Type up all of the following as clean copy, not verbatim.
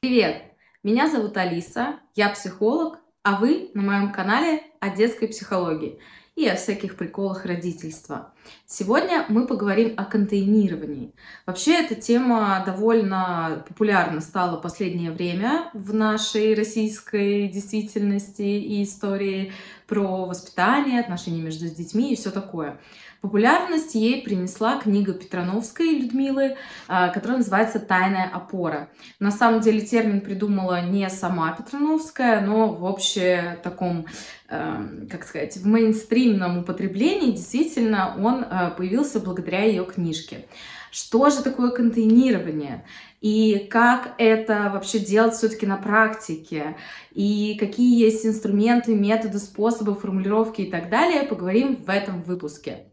Привет! Меня зовут Алиса, я психолог, а вы на моем канале о детской психологии и о всяких приколах родительства. Сегодня мы поговорим о контейнировании. Вообще эта тема довольно популярна стала в последнее время в нашей российской действительности и истории про воспитание, отношения между детьми и все такое. Популярность ей принесла книга Петрановской Людмилы, которая называется «Тайная опора». На самом деле термин придумала не сама Петрановская, но в общем таком, как сказать, в мейнстримном употреблении действительно он появился благодаря ее книжке. Что же такое контейнирование? И как это вообще делать все-таки на практике? И какие есть инструменты, методы, способы формулировки и так далее, поговорим в этом выпуске.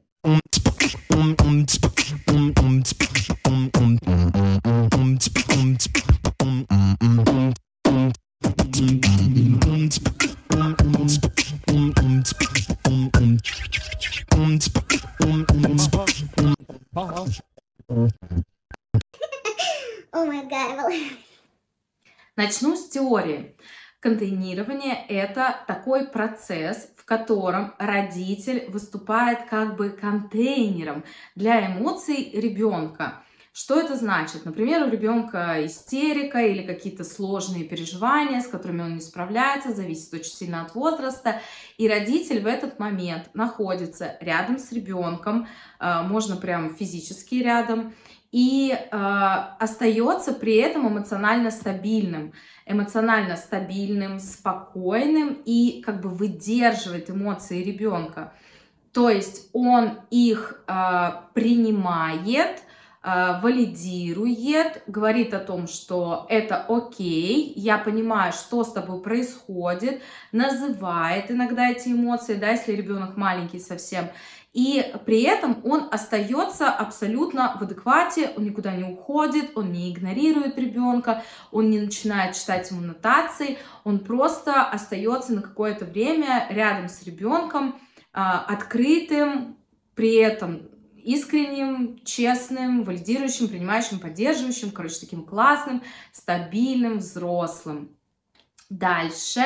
Начну с теории. Контейнирование – это такой процесс, в котором родитель выступает как бы контейнером для эмоций ребенка. Что это значит? Например, у ребенка истерика или какие-то сложные переживания, с которыми он не справляется, зависит очень сильно от возраста. И родитель в этот момент находится рядом с ребенком, можно прям физически рядом, и остается при этом эмоционально стабильным, спокойным и как бы выдерживает эмоции ребенка. То есть он их принимает, валидирует, говорит о том, что это окей, я понимаю, что с тобой происходит, называет иногда эти эмоции, да, если ребенок маленький совсем, и при этом он остается абсолютно в адеквате, он никуда не уходит, он не игнорирует ребенка, он не начинает читать ему нотации, он просто остается на какое-то время рядом с ребенком, открытым, при этом искренним, честным, валидирующим, принимающим, поддерживающим, короче, таким классным, стабильным, взрослым. Дальше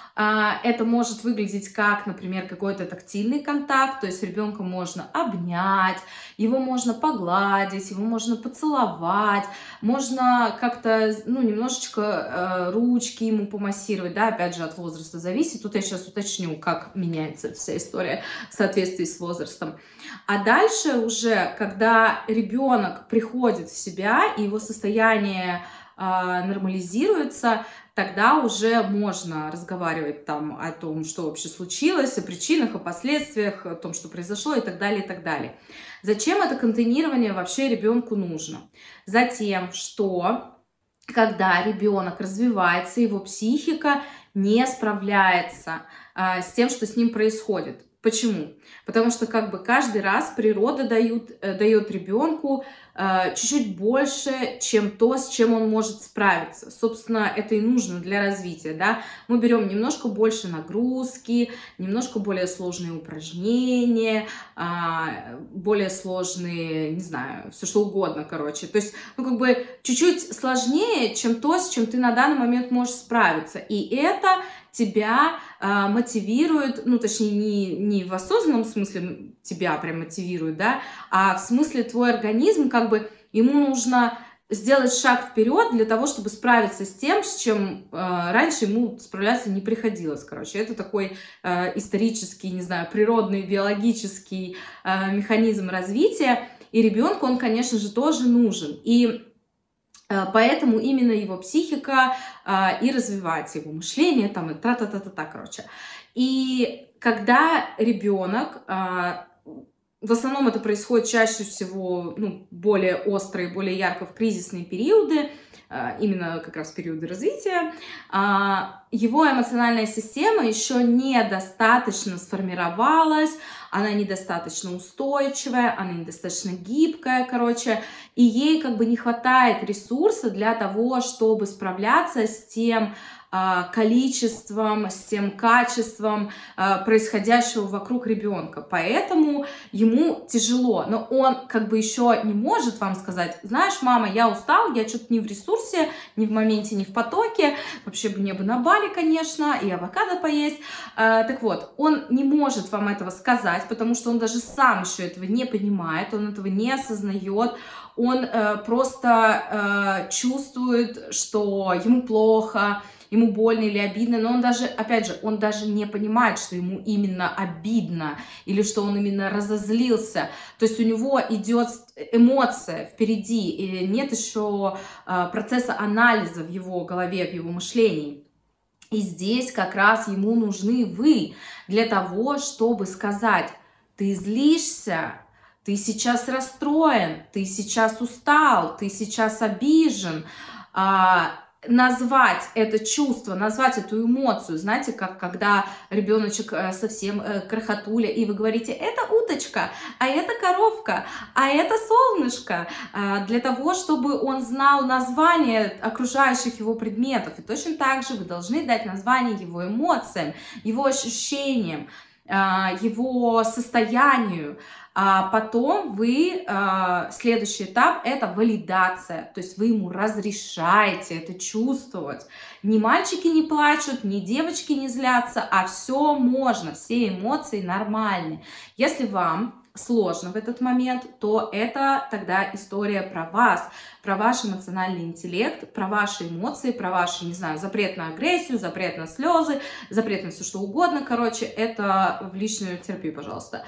это может выглядеть как, например, какой-то тактильный контакт, то есть ребенка можно обнять, его можно погладить, его можно поцеловать, можно как-то, немножечко ручки ему помассировать, да, опять же, от возраста зависит. Тут я сейчас уточню, как меняется вся история в соответствии с возрастом. А дальше уже, когда ребенок приходит в себя и его состояние нормализируется, тогда уже можно разговаривать там о том, что вообще случилось, о причинах, о последствиях, о том, что произошло и так далее, и так далее. Зачем это контейнирование вообще ребенку нужно? Затем, что когда ребенок развивается, его психика не справляется с тем, что с ним происходит. Почему? Потому что как бы каждый раз природа дает ребенку чуть-чуть больше, чем то, с чем он может справиться. Собственно, это и нужно для развития, да. Мы берем немножко больше нагрузки, немножко более сложные упражнения, более сложные, не знаю, все что угодно, короче. То есть, как бы чуть-чуть сложнее, чем то, с чем ты на данный момент можешь справиться. И это тебя мотивирует, точнее, не в осознанном смысле тебя прям мотивирует, да, а в смысле твой организм, как бы ему нужно сделать шаг вперед для того, чтобы справиться с тем, с чем раньше ему справляться не приходилось, короче. Это такой исторический, не знаю, природный, биологический механизм развития, и ребенку он, конечно же, тоже нужен. И поэтому именно его психика и развивается, его мышление, там, и та-та-та-та-та, короче. И когда ребенок, в основном это происходит чаще всего, более острые, более ярко в кризисные периоды, именно как раз периоды развития, его эмоциональная система еще недостаточно сформировалась, она недостаточно устойчивая, она недостаточно гибкая, короче, и ей как бы не хватает ресурса для того, чтобы справляться с тем количеством, с тем качеством происходящего вокруг ребенка. Поэтому ему тяжело. Но он как бы еще не может вам сказать: знаешь, мама, я устал, я что-то не в ресурсе, не в моменте, не в потоке. Вообще бы мне бы на Бали, конечно, и авокадо поесть. Так вот, он не может вам этого сказать, потому что он даже сам еще этого не понимает, он этого не осознает. Он просто чувствует, что ему плохо, ему больно или обидно, но он даже, опять же, он даже не понимает, что ему именно обидно или что он именно разозлился. То есть у него идет эмоция впереди, и нет еще процесса анализа в его голове, в его мышлении. И здесь как раз ему нужны вы для того, чтобы сказать: ты злишься, ты сейчас расстроен, ты сейчас устал, ты сейчас обижен. Назвать это чувство, назвать эту эмоцию, знаете, как когда ребеночек совсем крохотуля, и вы говорите: это уточка, а это коровка, а это солнышко, для того, чтобы он знал название окружающих его предметов. И точно так же вы должны дать название его эмоциям, его ощущениям, его состоянию. А потом вы, следующий этап — это валидация, то есть вы ему разрешаете это чувствовать. Ни мальчики не плачут, ни девочки не злятся, а все можно, все эмоции нормальны. Если вам сложно в этот момент, то это тогда история про вас, про ваш эмоциональный интеллект, про ваши эмоции, про ваши, не знаю, запрет на агрессию, запрет на слезы, запрет на все что угодно. Короче, это в личную терапию, пожалуйста.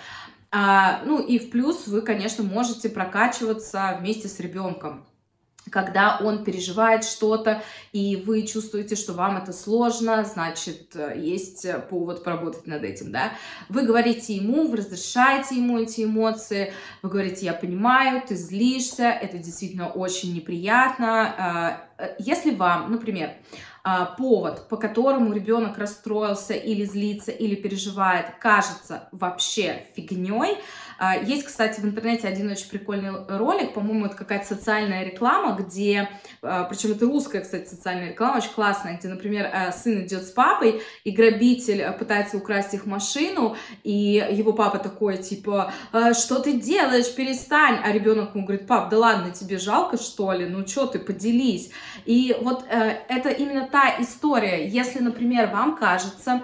Ну и в плюс вы, конечно, можете прокачиваться вместе с ребенком. Когда он переживает что-то, и вы чувствуете, что вам это сложно, значит, есть повод поработать над этим, да. Вы говорите ему, вы разрешаете ему эти эмоции, вы говорите: я понимаю, ты злишься, это действительно очень неприятно. Если вам, например, повод, по которому ребенок расстроился или злится, или переживает, кажется вообще фигней. Есть, кстати, в интернете один очень прикольный ролик, по-моему, это какая-то социальная реклама, где, причем это русская, кстати, социальная реклама, очень классная, где, например, сын идет с папой, и грабитель пытается украсть их машину, и его папа такой, типа: что ты делаешь, перестань, а ребенок ему говорит: пап, да ладно, тебе жалко, что ли, ну что ты, поделись. И вот это именно та история. Если, например, вам кажется,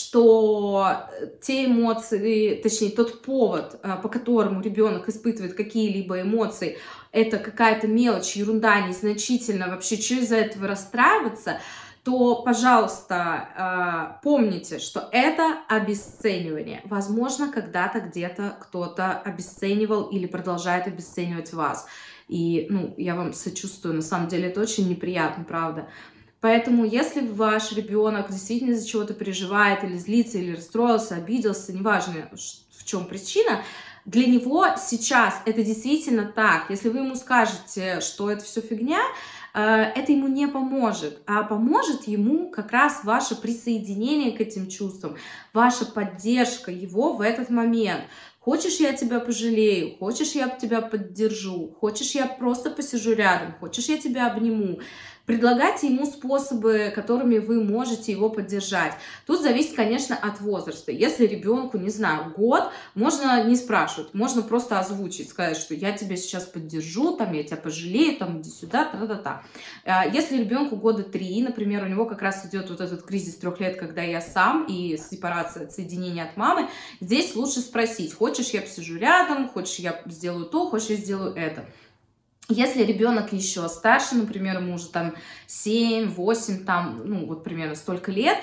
что те эмоции, точнее, тот повод, по которому ребенок испытывает какие-либо эмоции, это какая-то мелочь, ерунда, незначительно, вообще, что из-за этого расстраиваться, то, пожалуйста, помните, что это обесценивание. Возможно, когда-то где-то кто-то обесценивал или продолжает обесценивать вас. И, ну, я вам сочувствую, на самом деле это очень неприятно, правда. Поэтому, если ваш ребенок действительно из-за чего-то переживает, или злится, или расстроился, обиделся, неважно, в чем причина, для него сейчас это действительно так. Если вы ему скажете, что это все фигня, это ему не поможет, а поможет ему как раз ваше присоединение к этим чувствам, ваша поддержка его в этот момент. Хочешь, я тебя пожалею, хочешь, я тебя поддержу, хочешь, я просто посижу рядом, хочешь, я тебя обниму. Предлагайте ему способы, которыми вы можете его поддержать. Тут зависит, конечно, от возраста. Если ребенку, не знаю, год, можно не спрашивать, можно просто озвучить, сказать, что я тебя сейчас поддержу, там, я тебя пожалею, там, иди сюда, та-та-та. Если ребенку года 3, например, у него как раз идет вот этот кризис 3 лет, когда я сам, и сепарация, отсоединение от мамы, здесь лучше спросить: хочешь, я посижу рядом, хочешь, я сделаю то, хочешь, я сделаю это. Если ребенок еще старше, например, ему уже там 7, 8, там, ну, вот примерно столько лет,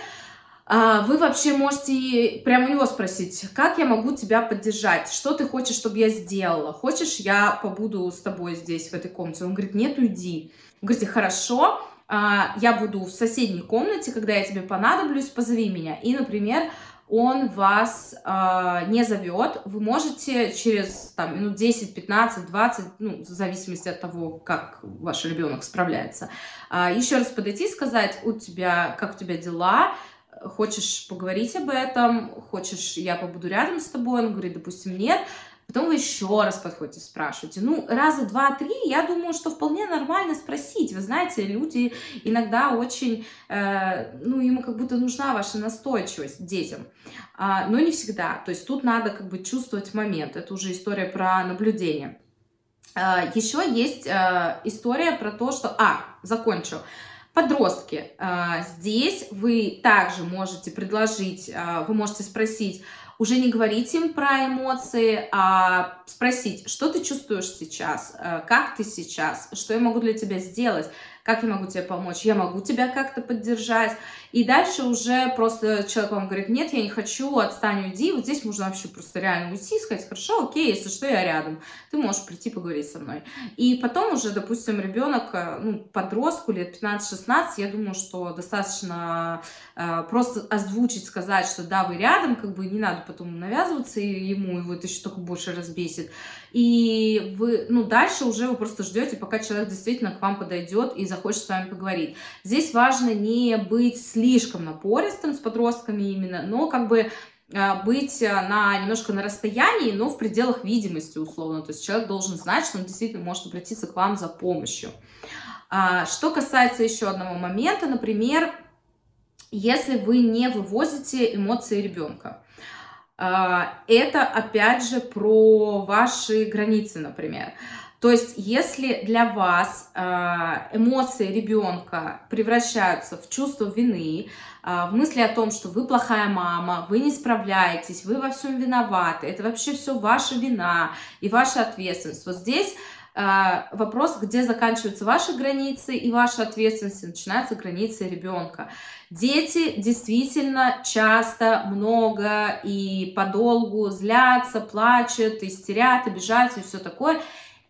вы вообще можете прямо у него спросить: как я могу тебя поддержать? Что ты хочешь, чтобы я сделала? Хочешь, я побуду с тобой здесь, в этой комнате? Он говорит: нет, уйди. Вы говорите: хорошо, я буду в соседней комнате, когда я тебе понадоблюсь, позови меня. И, например, он вас не зовет, вы можете через там, минут 10, 15, 20, ну, в зависимости от того, как ваш ребенок справляется, еще раз подойти и сказать: как у тебя дела, хочешь поговорить об этом, хочешь, я побуду рядом с тобой, он говорит, допустим, нет. Потом вы еще раз подходите, спрашиваете. Ну, раза два-три, я думаю, что вполне нормально спросить. Вы знаете, люди иногда очень, ну, ему как будто нужна ваша настойчивость детям, но не всегда. То есть тут надо как бы чувствовать момент. Это уже история про наблюдение. Еще есть история про то, что... закончу. Подростки. Здесь вы также можете предложить, вы можете спросить, уже не говорить им про эмоции, а спросить, что ты чувствуешь сейчас, как ты сейчас, что я могу для тебя сделать, как я могу тебе помочь, я могу тебя как-то поддержать. И дальше уже просто человек вам говорит, нет, я не хочу, отстань, уйди. Вот здесь можно вообще просто реально уйти и сказать, хорошо, окей, если что, я рядом, ты можешь прийти поговорить со мной. И потом уже, допустим, ребенок, ну, подростку лет 15-16, я думаю, что достаточно просто озвучить, сказать, что да, вы рядом, как бы не надо потом навязываться ему, его это еще только больше разбесит. И вы, ну, дальше уже вы просто ждете, пока человек действительно к вам подойдет и захочет с вами поговорить. Здесь важно не быть слишком напористым с подростками именно, но как бы быть немножко на расстоянии, но в пределах видимости условно. То есть человек должен знать, что он действительно может обратиться к вам за помощью. Что касается еще одного момента, например, если вы не вывозите эмоции ребенка. Это, опять же, про ваши границы, например. То есть, если для вас эмоции ребенка превращаются в чувство вины, в мысли о том, что вы плохая мама, вы не справляетесь, вы во всем виноваты, это вообще все ваша вина и ваша ответственность. Вот здесь вопрос, где заканчиваются ваши границы и ваша ответственность, и начинаются границы ребенка. Дети действительно часто, много и подолгу злятся, плачут, истерят, обижаются и все такое.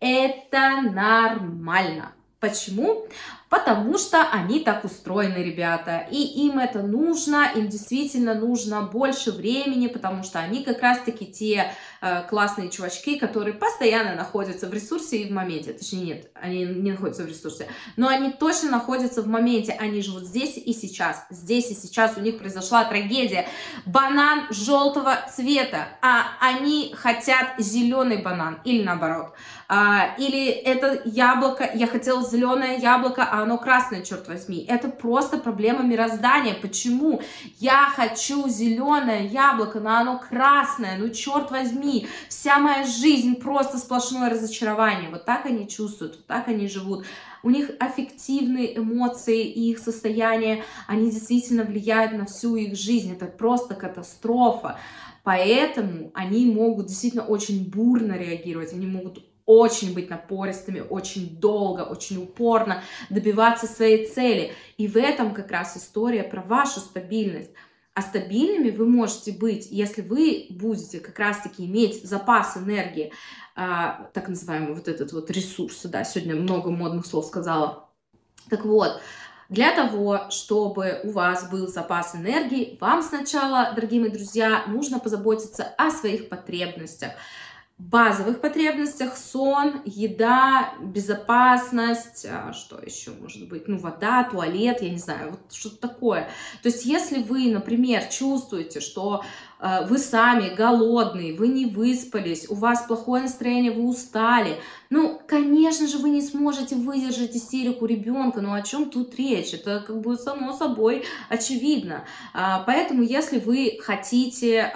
Это нормально. Почему? Потому что они так устроены, ребята, и им это нужно, им действительно нужно больше времени, потому что они как раз-таки те классные чувачки, которые постоянно находятся в ресурсе и в моменте. Точнее, нет, они не находятся в ресурсе, но они точно находятся в моменте, они живут здесь и сейчас. Здесь и сейчас у них произошла трагедия. Банан желтого цвета, а они хотят зеленый банан, или наоборот. Или это яблоко, я хотела зеленое яблоко, а оно красное, черт возьми. Это просто проблема мироздания. Почему я хочу зеленое яблоко, но оно красное? Ну, черт возьми, вся моя жизнь просто сплошное разочарование. Вот так они чувствуют, вот так они живут. У них аффективные эмоции и их состояние, они действительно влияют на всю их жизнь. Это просто катастрофа. Поэтому они могут действительно очень бурно реагировать, они могут очень быть напористыми, очень долго, очень упорно добиваться своей цели. И в этом как раз история про вашу стабильность. А стабильными вы можете быть, если вы будете как раз-таки иметь запас энергии, так называемый вот этот вот ресурс, да, сегодня много модных слов сказала. Так вот, для того, чтобы у вас был запас энергии, вам сначала, дорогие мои друзья, нужно позаботиться о своих потребностях. Базовых потребностях: сон, еда, безопасность, что еще может быть, ну, вода, туалет, я не знаю, вот что-то такое. То есть если вы, например, чувствуете, что вы сами голодные, вы не выспались, у вас плохое настроение, вы устали, ну, конечно же, вы не сможете выдержать истерику ребенка. Ну, о чем тут речь? Это как бы само собой очевидно. Поэтому, если вы хотите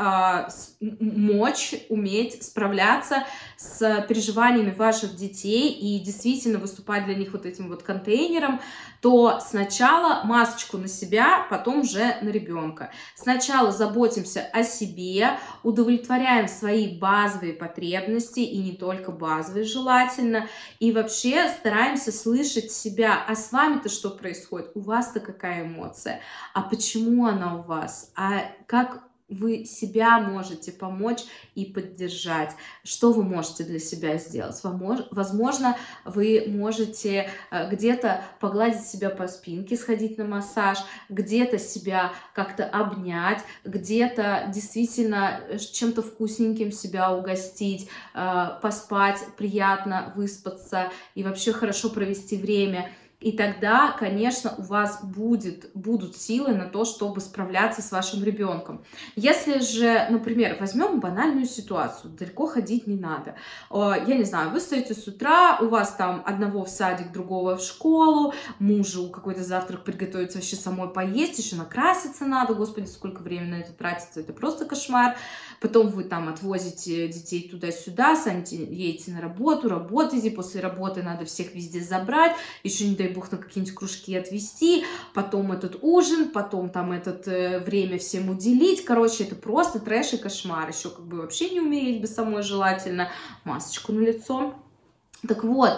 уметь справляться с переживаниями ваших детей и действительно выступать для них вот этим вот контейнером, то сначала масочку на себя, потом уже на ребенка. Сначала заботимся о себе, удовлетворяем свои базовые потребности, и не только базовые желательно, и вообще стараемся слышать себя. А с вами-то что происходит? У вас-то какая эмоция? А почему она у вас? А как вы себя можете помочь и поддержать? Что вы можете для себя сделать? Возможно, вы можете где-то погладить себя по спинке, сходить на массаж, где-то себя как-то обнять, где-то действительно чем-то вкусненьким себя угостить, поспать приятно, выспаться и вообще хорошо провести время. И тогда, конечно, у вас будут силы на то, чтобы справляться с вашим ребенком. Если же, например, возьмем банальную ситуацию, далеко ходить не надо. Я не знаю, вы встаете с утра, у вас там одного в садик, другого в школу, мужу какой-то завтрак приготовить, вообще самой поесть, еще накраситься надо, господи, сколько времени на это тратится, это просто кошмар. Потом вы там отвозите детей туда-сюда, сами едете на работу, работаете, после работы надо всех везде забрать, еще, не дай бог, на какие-нибудь кружки отвезти, потом этот ужин, потом там время всем уделить. Короче, это просто трэш и кошмар. Еще как бы вообще не умереть бы самой желательно. Масочку на лицо. Так вот,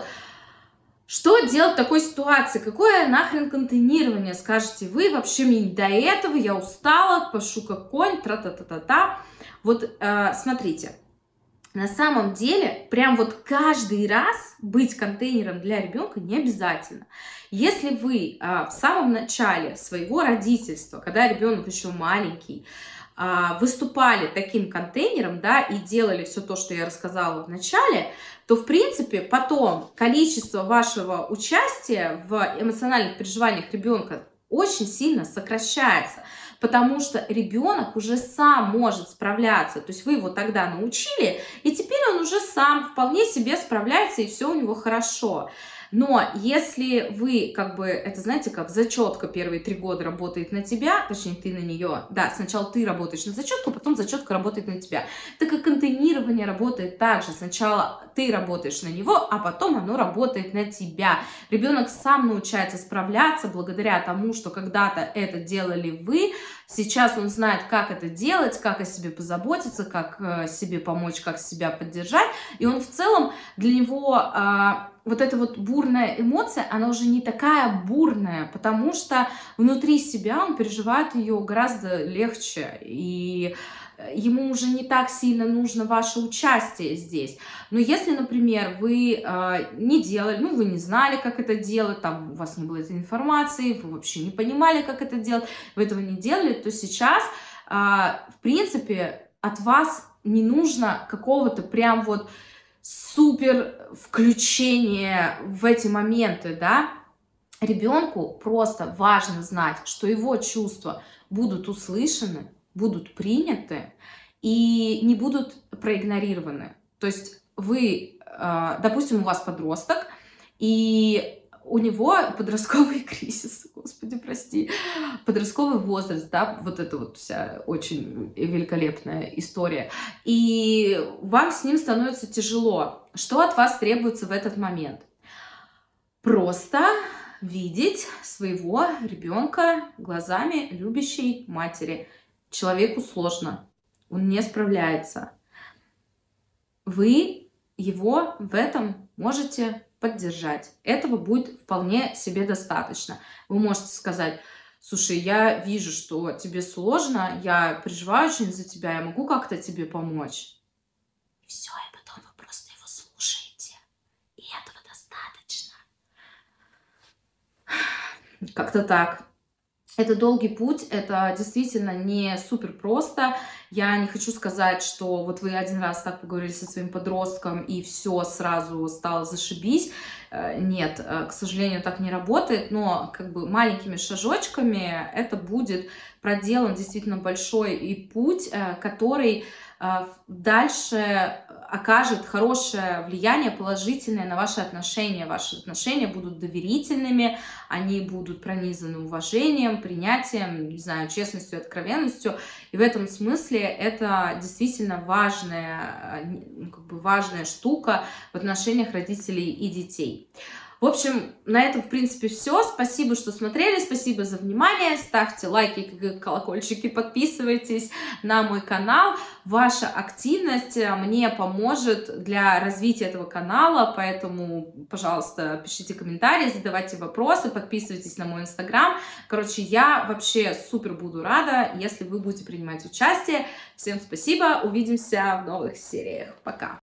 что делать в такой ситуации? Какое нахрен контейнирование? Скажете вы, вообще мне не до этого, я устала, пашу как конь, тра-та-та-та-та. Вот смотрите. На самом деле, прям вот каждый раз быть контейнером для ребенка не обязательно. Если вы в самом начале своего родительства, когда ребенок еще маленький, выступали таким контейнером, да, и делали все то, что я рассказала в начале, то, в принципе, потом количество вашего участия в эмоциональных переживаниях ребенка очень сильно сокращается. Потому что ребенок уже сам может справляться. То есть вы его тогда научили, и теперь он уже сам вполне себе справляется, и все у него хорошо. Но если вы, как бы, это знаете, как зачетка первые 3 года работает на тебя, точнее, ты на нее, да, сначала ты работаешь на зачетку, потом зачетка работает на тебя. Так как контейнирование работает так же. Сначала ты работаешь на него, а потом оно работает на тебя. Ребенок сам научается справляться благодаря тому, что когда-то это делали вы. Сейчас он знает, как это делать, как о себе позаботиться, как себе помочь, как себя поддержать. И он в целом, для него вот эта вот бурная эмоция, она уже не такая бурная, потому что внутри себя он переживает ее гораздо легче. И ему уже не так сильно нужно ваше участие здесь. Но если, например, вы не делали, ну, вы не знали, как это делать, там у вас не было этой информации, вы вообще не понимали, как это делать, вы этого не делали, то сейчас, в принципе, от вас не нужно какого-то прям вот супер включения в эти моменты, да. Ребенку просто важно знать, что его чувства будут услышаны, будут приняты и не будут проигнорированы. То есть вы, допустим, у вас подросток, и у него подростковый кризис, господи, прости, подростковый возраст, да, вот это вот вся очень великолепная история. И вам с ним становится тяжело. Что от вас требуется в этот момент? Просто видеть своего ребенка глазами любящей матери. Человеку сложно, он не справляется. Вы его в этом можете поддержать. Этого будет вполне себе достаточно. Вы можете сказать: слушай, я вижу, что тебе сложно, я переживаю очень за тебя, я могу как-то тебе помочь. И все, и потом вы просто его слушаете. И этого достаточно. Как-то так. Это долгий путь, это действительно не супер просто. Я не хочу сказать, что вот вы один раз так поговорили со своим подростком и все сразу стало зашибись. Нет, к сожалению, так не работает, но как бы маленькими шажочками это будет проделан действительно большой и путь, который дальше окажет хорошее влияние, положительное на ваши отношения. Ваши отношения будут доверительными, они будут пронизаны уважением, принятием, не знаю, честностью, откровенностью. И в этом смысле это действительно важная, как бы важная штука в отношениях родителей и детей. В общем, на этом, в принципе, все. Спасибо, что смотрели, спасибо за внимание. Ставьте лайки, колокольчики, подписывайтесь на мой канал. Ваша активность мне поможет для развития этого канала, поэтому, пожалуйста, пишите комментарии, задавайте вопросы, подписывайтесь на мой инстаграм. Короче, я вообще супер буду рада, если вы будете принимать участие. Всем спасибо, увидимся в новых сериях. Пока!